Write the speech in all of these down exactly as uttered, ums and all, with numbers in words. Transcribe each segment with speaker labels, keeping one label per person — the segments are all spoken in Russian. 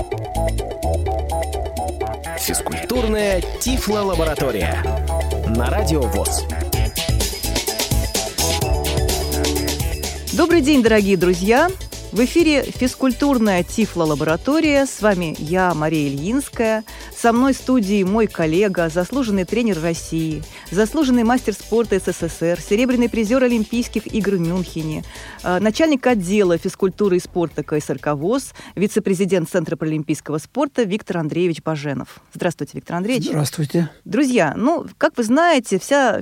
Speaker 1: Физкультурная Тифло-лаборатория на Радио ВОС.
Speaker 2: Добрый день, дорогие друзья! В эфире физкультурная Тифло-лаборатория. С вами я, Мария Ильинская. Со мной в студии мой коллега, заслуженный тренер России, заслуженный мастер спорта СССР, серебряный призер Олимпийских игр в Мюнхене, начальник отдела физкультуры и спорта КСРК ВОС, вице-президент Центра паралимпийского спорта Виктор Андреевич Баженов. Здравствуйте, Виктор Андреевич.
Speaker 3: Здравствуйте.
Speaker 2: Друзья, ну, как вы знаете, вся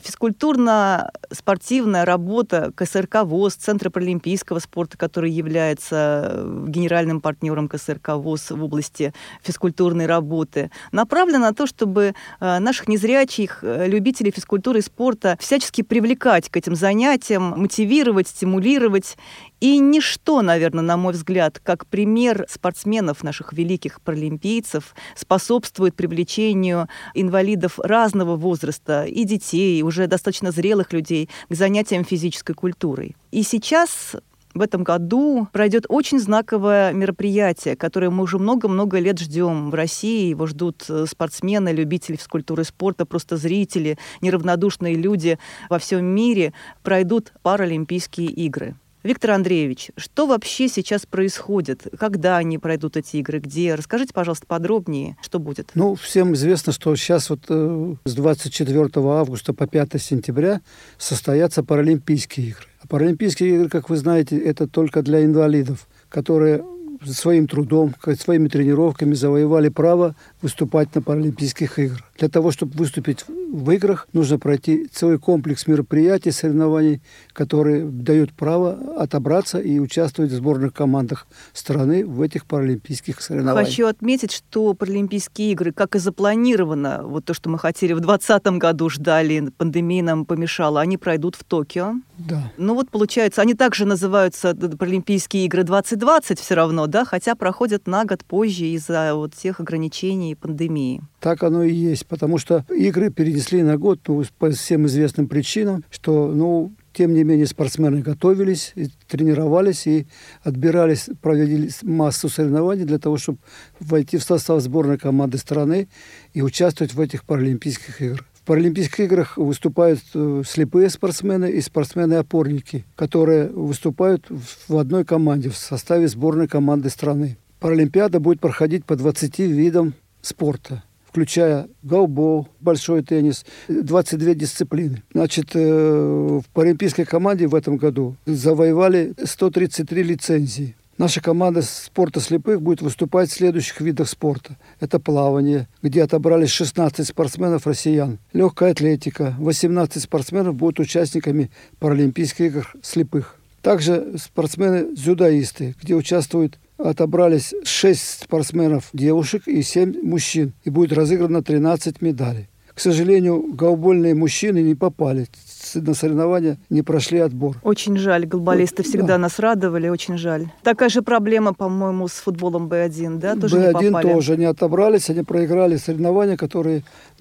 Speaker 2: физкультурно-спортивная работа КСРК ВОС, Центра паралимпийского спорта, который является генеральным партнером КСРК ВОС в области физкультурной работы, направлена на то, чтобы наших незрячих любителей физкультуры и спорта всячески привлекать к этим занятиям, мотивировать, стимулировать. И ничто, наверное, на мой взгляд, как пример спортсменов, наших великих паралимпийцев, способствует привлечению инвалидов разного возраста и детей, и уже достаточно зрелых людей к занятиям физической культурой. И сейчас в этом году пройдет очень знаковое мероприятие, которое мы уже много-много лет ждем в России. Его ждут спортсмены, любители физкультуры и спорта, просто зрители, неравнодушные люди во всем мире. Пройдут Паралимпийские игры. Виктор Андреевич, что вообще сейчас происходит? Когда они пройдут эти игры? Где? Расскажите, пожалуйста, подробнее, что будет.
Speaker 3: Ну, всем известно, что сейчас вот э, с двадцать четвёртого августа по пятое сентября состоятся Паралимпийские игры. А Паралимпийские игры, как вы знаете, это только для инвалидов, которые своим трудом, своими тренировками завоевали право выступать на Паралимпийских играх. Для того, чтобы выступить в играх, нужно пройти целый комплекс мероприятий, соревнований, которые дают право отобраться и участвовать в сборных командах страны в этих паралимпийских соревнованиях.
Speaker 2: Хочу отметить, что Паралимпийские игры, как и запланировано, вот то, что мы хотели в двадцатом году, ждали, пандемия нам помешала, они пройдут в Токио.
Speaker 3: Да.
Speaker 2: Ну вот получается, они также называются Паралимпийские игры двадцать двадцать все равно, да, хотя проходят на год позже из-за вот тех ограничений и пандемии.
Speaker 3: Так оно и есть, потому что игры перенесли на год, ну, по всем известным причинам, что, ну, тем не менее, спортсмены готовились, и тренировались и отбирались, проводили массу соревнований для того, чтобы войти в состав сборной команды страны и участвовать в этих Паралимпийских играх. В Паралимпийских играх выступают слепые спортсмены и спортсмены-опорники, которые выступают в одной команде, в составе сборной команды страны. Паралимпиада будет проходить по двадцати видам спорта, включая голбол, большой теннис, двадцать две дисциплины. Значит, в паралимпийской команде в этом году завоевали сто тридцать три лицензии. Наша команда спорта слепых будет выступать в следующих видах спорта. Это плавание, где отобрались шестнадцать спортсменов-россиян. Легкая атлетика. восемнадцать спортсменов будут участниками Паралимпийских игр слепых. Также спортсмены-дзюдоисты, где участвуют, отобрались шесть спортсменов девушек и семь мужчин. И будет разыграно тринадцать медалей. К сожалению, голбольные мужчины не попали на соревнования, не прошли отбор.
Speaker 2: Очень жаль, голболисты
Speaker 3: вот,
Speaker 2: всегда
Speaker 3: да.
Speaker 2: нас радовали, очень жаль. Такая же проблема, по-моему, с футболом бэ один, да? Тоже
Speaker 3: бэ один
Speaker 2: не попали.
Speaker 3: тоже не отобрались, они проиграли соревнования, которые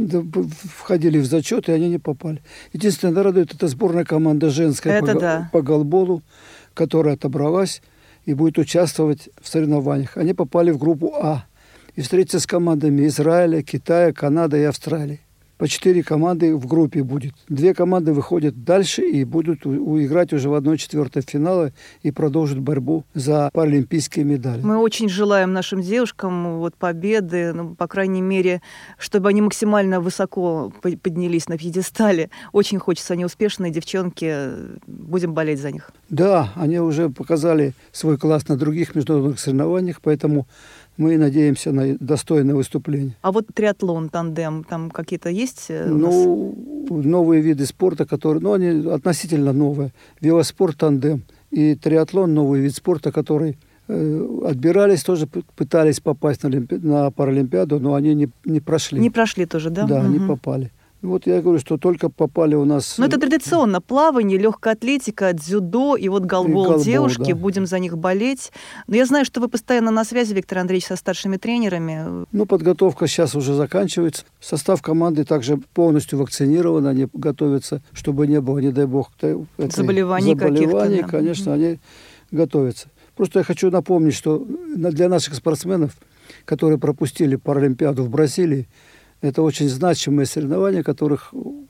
Speaker 3: входили в зачет, и они не попали. Единственное, радует, это сборная команда женская
Speaker 2: это
Speaker 3: по,
Speaker 2: да.
Speaker 3: по голболу, которая отобралась и будет участвовать в соревнованиях. Они попали в группу А и встретятся с командами Израиля, Китая, Канады и Австралии. По четыре команды в группе будет. Две команды выходят дальше и будут играть уже в одной четвертой финала и продолжат борьбу за паралимпийские медали.
Speaker 2: Мы очень желаем нашим девушкам вот, победы, ну, по крайней мере, чтобы они максимально высоко поднялись на пьедестале. Очень хочется, они успешные девчонки, будем болеть за них.
Speaker 3: Да, они уже показали свой класс на других международных соревнованиях, поэтому мы надеемся на достойное выступление.
Speaker 2: А вот триатлон, тандем, там какие-то есть?
Speaker 3: Ну, новые виды спорта, которые, ну, они относительно новые. Велоспорт, тандем и триатлон, новый вид спорта, который э, отбирались, тоже пытались попасть на, Олимпи... на Паралимпиаду, но они не, не прошли.
Speaker 2: Не прошли тоже, да?
Speaker 3: Да,
Speaker 2: угу.
Speaker 3: не попали. Вот я говорю, что только попали у нас...
Speaker 2: Но это традиционно. Плавание, легкая атлетика, дзюдо и вот голбол,
Speaker 3: и голбол,
Speaker 2: девушки.
Speaker 3: Да.
Speaker 2: Будем за них болеть. Но я знаю, что вы постоянно на связи, Виктор Андреевич, со старшими тренерами.
Speaker 3: Ну, подготовка сейчас уже заканчивается. Состав команды также полностью вакцинирован. Они готовятся, чтобы не было, не дай бог,
Speaker 2: заболеваний,
Speaker 3: заболеваний
Speaker 2: да.
Speaker 3: конечно, mm-hmm. они готовятся. Просто я хочу напомнить, что для наших спортсменов которые пропустили Паралимпиаду в Бразилии, это очень значимые соревнования, которых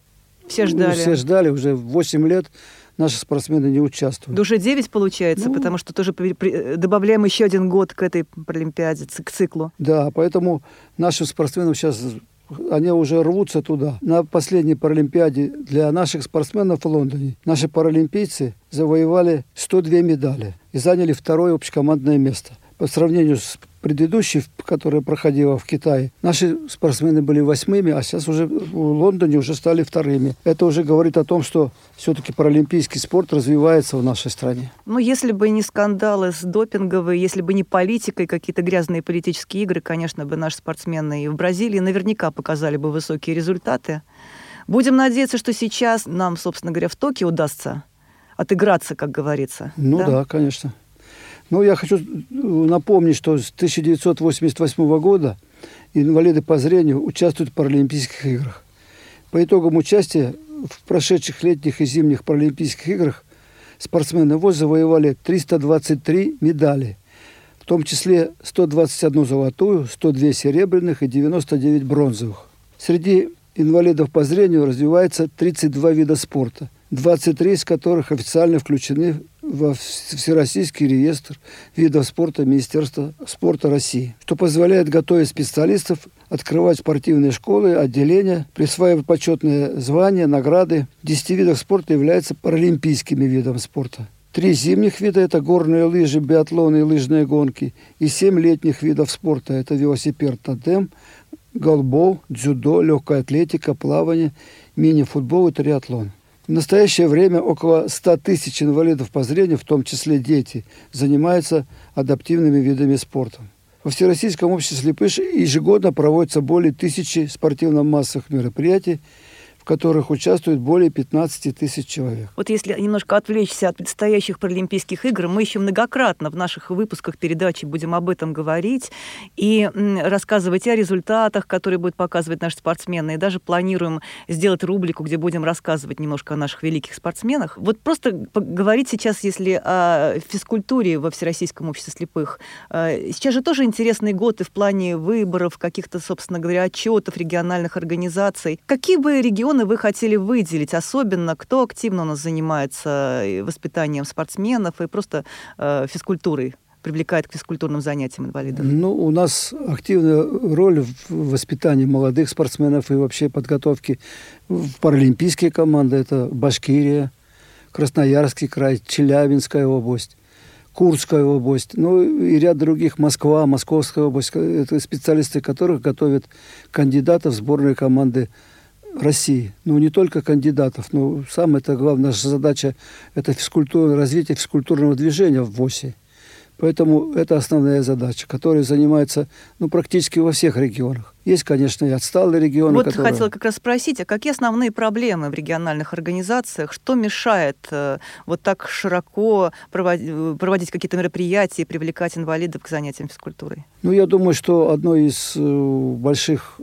Speaker 2: все ждали.
Speaker 3: Все ждали, уже восемь лет наши спортсмены не участвуют.
Speaker 2: Да уже девять получается, ну, потому что тоже при, при, добавляем еще один год к этой Паралимпиаде, к циклу.
Speaker 3: Да, поэтому нашим спортсменам сейчас, они уже рвутся туда. На последней Паралимпиаде для наших спортсменов в Лондоне наши паралимпийцы завоевали сто две медали и заняли второе общекомандное место. По сравнению с предыдущей, которая проходила в Китае, наши спортсмены были восьмыми, а сейчас уже в Лондоне уже стали вторыми. Это уже говорит о том, что все-таки паралимпийский спорт развивается в нашей стране.
Speaker 2: Ну, если бы не скандалы с допинговой, если бы не политика и какие-то грязные политические игры, конечно бы наши спортсмены и в Бразилии наверняка показали бы высокие результаты. Будем надеяться, что сейчас нам, собственно говоря, в Токио удастся отыграться, как говорится.
Speaker 3: Ну да, да конечно. Ну, я хочу напомнить, что с тысяча девятьсот восемьдесят восьмого года инвалиды по зрению участвуют в Паралимпийских играх. По итогам участия в прошедших летних и зимних Паралимпийских играх спортсмены ВОС завоевали триста двадцать три медали, в том числе сто двадцать одну золотую, сто две серебряных и девяносто девять бронзовых. Среди инвалидов по зрению развивается тридцать два вида спорта, двадцать три из которых официально включены во Всероссийский реестр видов спорта Министерства спорта России, что позволяет готовить специалистов, открывать спортивные школы, отделения, присваивать почетные звания, награды. Десять видов спорта являются паралимпийскими видами спорта. Три зимних вида – это горные лыжи, биатлон и лыжные гонки. И семь летних видов спорта – это велосипед, тандем, голбол, дзюдо, легкая атлетика, плавание, мини-футбол и триатлон. В настоящее время около ста тысяч инвалидов по зрению, в том числе дети, занимаются адаптивными видами спорта. Во Всероссийском обществе слепых ежегодно проводится более тысячи спортивно-массовых мероприятий, в которых участвует более пятнадцати тысяч человек.
Speaker 2: Вот если немножко отвлечься от предстоящих Паралимпийских игр, мы еще многократно в наших выпусках передачи будем об этом говорить и рассказывать о результатах, которые будут показывать наши спортсмены, и даже планируем сделать рубрику, где будем рассказывать немножко о наших великих спортсменах. Вот просто поговорить сейчас, если о физкультуре во Всероссийском обществе слепых. Сейчас же тоже интересный год и в плане выборов, каких-то, собственно говоря, отчетов региональных организаций. Какие бы регионы вы хотели выделить, особенно кто активно у нас занимается воспитанием спортсменов и просто э, физкультурой, привлекает к физкультурным занятиям инвалидов?
Speaker 3: Ну, у нас активная роль в воспитании молодых спортсменов и вообще подготовке в паралимпийские команды. Это Башкирия, Красноярский край, Челябинская область, Курская область, ну и ряд других, Москва, Московская область. Это специалисты которых готовят кандидатов в сборные команды России. Ну, не только кандидатов, но самая-то главная наша задача – это физкультура, развитие физкультурного движения в ВОСе. Поэтому это основная задача, которой занимается ну, практически во всех регионах. Есть, конечно, и отсталые регионы.
Speaker 2: Вот
Speaker 3: которые...
Speaker 2: хотела как раз спросить, а какие основные проблемы в региональных организациях? Что мешает э, вот так широко проводить, проводить какие-то мероприятия и привлекать инвалидов к занятиям физкультурой?
Speaker 3: Ну, я думаю, что одно из э, больших,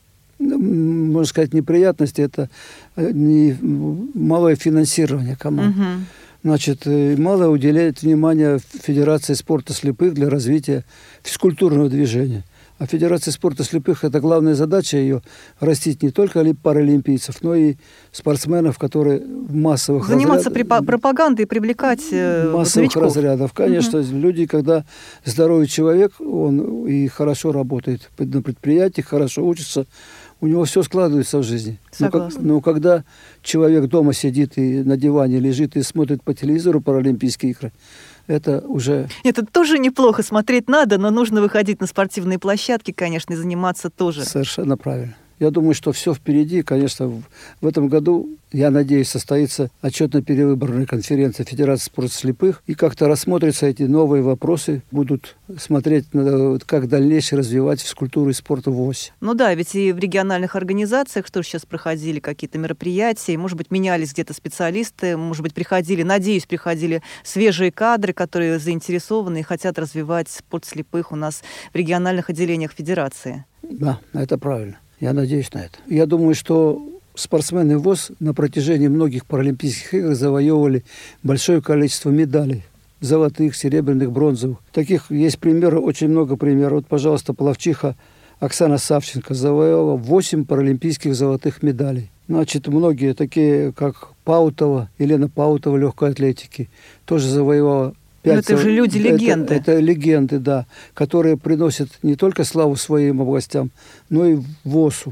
Speaker 3: можно сказать, неприятностей – это не, малое финансирование команд. Угу. Значит, мало уделяет внимания Федерации спорта слепых для развития физкультурного движения. А Федерация спорта слепых – это главная задача ее растить не только паралимпийцев, но и спортсменов, которые в массовых
Speaker 2: заниматься
Speaker 3: разрядах,
Speaker 2: при- пропагандой и привлекать
Speaker 3: массовых
Speaker 2: новичков.
Speaker 3: разрядов. Конечно, угу. Люди, когда здоровый человек, он и хорошо работает на предприятиях, хорошо учится, у него все складывается в жизни.
Speaker 2: Согласна.
Speaker 3: Но, но когда человек дома сидит и на диване лежит и смотрит по телевизору Паралимпийские игры, это уже...
Speaker 2: Это тоже неплохо, смотреть надо, но нужно выходить на спортивные площадки, конечно, и заниматься тоже.
Speaker 3: Совершенно правильно. Я думаю, что все впереди. Конечно, в, в этом году, я надеюсь, состоится отчетно-перевыборная конференция Федерации спорта слепых. И как-то рассмотрятся эти новые вопросы. Будут смотреть, как дальнейшее развивать физкультуру и спорт в ВОСе.
Speaker 2: Ну да, ведь и в региональных организациях, что сейчас проходили какие-то мероприятия, может быть, менялись где-то специалисты, может быть, приходили, надеюсь, приходили свежие кадры, которые заинтересованы и хотят развивать спорт слепых у нас в региональных отделениях Федерации.
Speaker 3: Да, это правильно. Я надеюсь на это. Я думаю, что спортсмены ВОС на протяжении многих паралимпийских игр завоевывали большое количество медалей золотых, серебряных, бронзовых. Таких есть примеры, очень много примеров. Вот, пожалуйста, пловчиха Оксана Савченко завоевала восемь паралимпийских золотых медалей. Значит, многие такие, как Паутова, Елена Паутова легкой атлетики, тоже завоевала пять.
Speaker 2: Это же люди-легенды.
Speaker 3: Это, это легенды, да, которые приносят не только славу своим областям, но и ВОСу.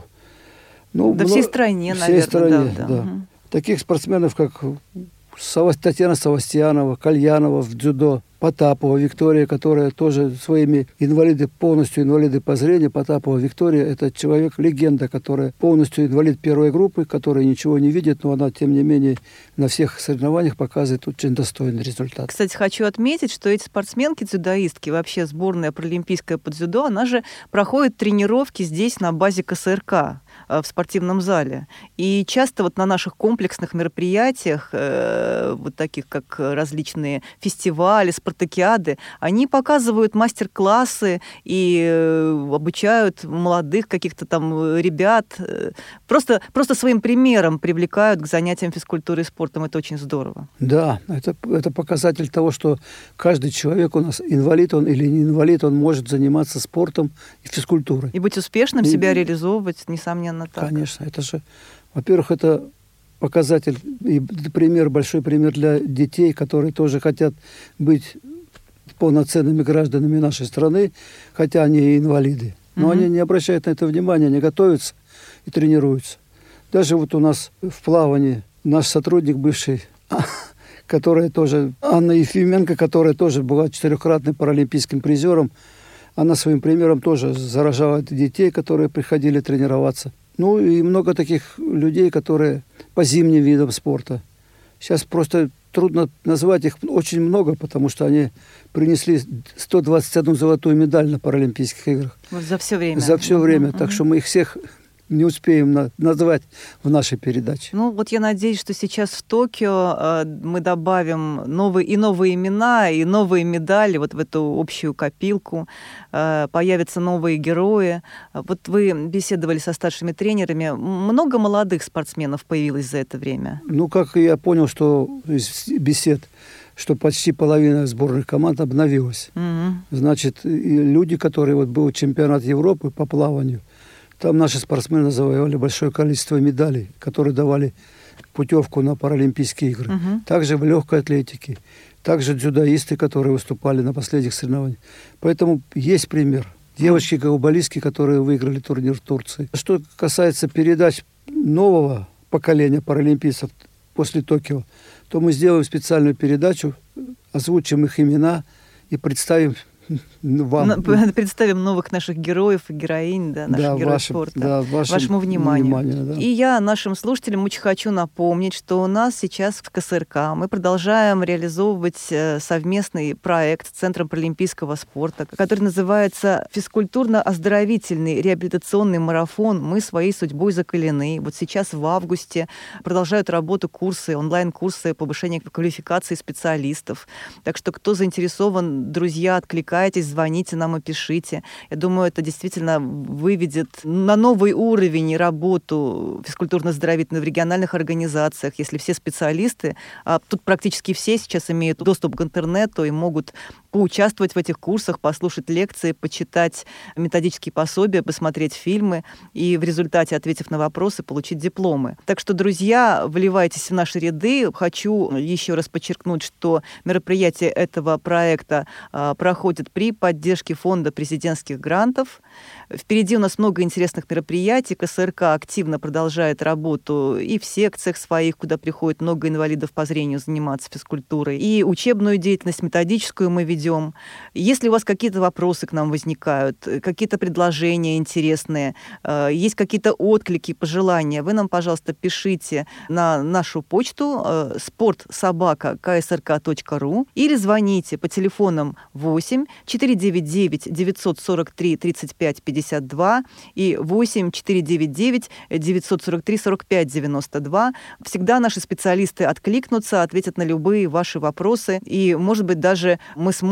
Speaker 3: Ну,
Speaker 2: да
Speaker 3: много,
Speaker 2: всей стране,
Speaker 3: всей
Speaker 2: наверное.
Speaker 3: стране,
Speaker 2: да,
Speaker 3: да.
Speaker 2: да. Угу.
Speaker 3: Таких спортсменов, как Татьяна Савастьянова, Кальянова в дзюдо, Потапова Виктория, которая тоже своими инвалиды, полностью инвалиды по зрению. Потапова Виктория – это человек-легенда, которая полностью инвалид первой группы, которая ничего не видит, но она, тем не менее, на всех соревнованиях показывает очень достойный результат.
Speaker 2: Кстати, хочу отметить, что эти спортсменки-дзюдоистки, вообще сборная паралимпийская по дзюдо, она же проходит тренировки здесь, на базе ка эс эр ка, в спортивном зале. И часто вот на наших комплексных мероприятиях, э, вот таких как различные фестивали, спартакиады, они показывают мастер-классы и э, обучают молодых каких-то там ребят. Просто, просто своим примером привлекают к занятиям физкультурой и спортом. Это очень здорово.
Speaker 3: Да, это, это показатель того, что каждый человек у нас, инвалид он или не инвалид, он может заниматься спортом и физкультурой.
Speaker 2: И быть успешным, и... себя реализовывать, несомненно. Так.
Speaker 3: Конечно, это же, во-первых, это показатель и пример, большой пример для детей, которые тоже хотят быть полноценными гражданами нашей страны, хотя они и инвалиды. Но mm-hmm. они не обращают на это внимания, они готовятся и тренируются. Даже вот у нас в плавании наш сотрудник бывший, которая тоже, Анна Ефименко, которая тоже была четырехкратным паралимпийским призером, она своим примером тоже заражала детей, которые приходили тренироваться. Ну и много таких людей, которые по зимним видам спорта. Сейчас просто трудно назвать их очень много, потому что они принесли сто двадцать одну золотую медаль на Паралимпийских играх.
Speaker 2: Вот за все время.
Speaker 3: За все время.
Speaker 2: Uh-huh.
Speaker 3: Так что мы их всех не успеем на- назвать в нашей передаче.
Speaker 2: Ну, вот я надеюсь, что сейчас в Токио э, мы добавим новые, и новые имена, и новые медали вот в эту общую копилку. Э, появятся новые герои. Вот вы беседовали со старшими тренерами. Много молодых спортсменов появилось за это время?
Speaker 3: Ну, как я понял, что из бесед, что почти половина сборных команд обновилась.
Speaker 2: Угу.
Speaker 3: Значит, и люди, которые... Вот был чемпионат Европы по плаванию, там наши спортсмены завоевали большое количество медалей, которые давали путевку на Паралимпийские игры.
Speaker 2: Угу. Также
Speaker 3: в легкой атлетике. Также дзюдоисты, которые выступали на последних соревнованиях. Поэтому есть пример. Девочки-гаубалистки, которые выиграли турнир в Турции. Что касается передач нового поколения паралимпийцев после Токио, то мы сделаем специальную передачу, озвучим их имена и представим вам.
Speaker 2: Представим новых наших героев и героинь, да, наших
Speaker 3: да,
Speaker 2: героев
Speaker 3: вашим,
Speaker 2: спорта,
Speaker 3: да, вашим
Speaker 2: вашему вниманию.
Speaker 3: вниманию да.
Speaker 2: И я нашим слушателям очень хочу напомнить, что у нас сейчас в ка эс эр ка мы продолжаем реализовывать совместный проект с Центром паралимпийского спорта, который называется «Физкультурно-оздоровительный реабилитационный марафон. Мы своей судьбой закалены». Вот сейчас в августе продолжают работу курсы, онлайн-курсы повышения квалификации специалистов. Так что кто заинтересован, друзья, откликайтесь. Звоните нам и пишите. Я думаю, это действительно выведет на новый уровень работу физкультурно-оздоровительной в региональных организациях, если все специалисты, а тут практически все сейчас имеют доступ к интернету и могут поучаствовать в этих курсах, послушать лекции, почитать методические пособия, посмотреть фильмы и в результате, ответив на вопросы, получить дипломы. Так что, друзья, вливайтесь в наши ряды. Хочу еще раз подчеркнуть, что мероприятие этого проекта а, проходит при поддержке фонда президентских грантов. Впереди у нас много интересных мероприятий. ка эс эр ка активно продолжает работу и в секциях своих, куда приходит много инвалидов по зрению заниматься физкультурой. И учебную деятельность, методическую мы ведем. Если у вас какие-то вопросы к нам возникают, какие-то предложения интересные, есть какие-то отклики, пожелания, вы нам, пожалуйста, пишите на нашу почту спорт собака ка эс эр ка точка ру или звоните по телефонам восемь четыре девять девять девятьсот сорок три тридцать пять пятьдесят два и восемь четыре девять девять девятьсот сорок три сорок пять девяносто два. Всегда наши специалисты откликнутся, ответят на любые ваши вопросы, и, может быть, даже мы сможем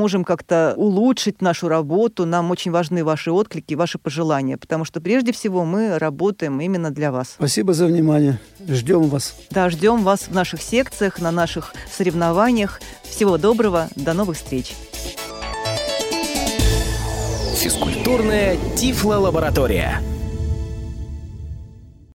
Speaker 2: можем как-то улучшить нашу работу, нам очень важны ваши отклики, ваши пожелания, потому что прежде всего мы работаем именно для вас.
Speaker 3: Спасибо за внимание. Ждем вас.
Speaker 2: Да, ждем вас в наших секциях, на наших соревнованиях. Всего доброго, до новых встреч.
Speaker 1: Физкультурная Тифло-лаборатория.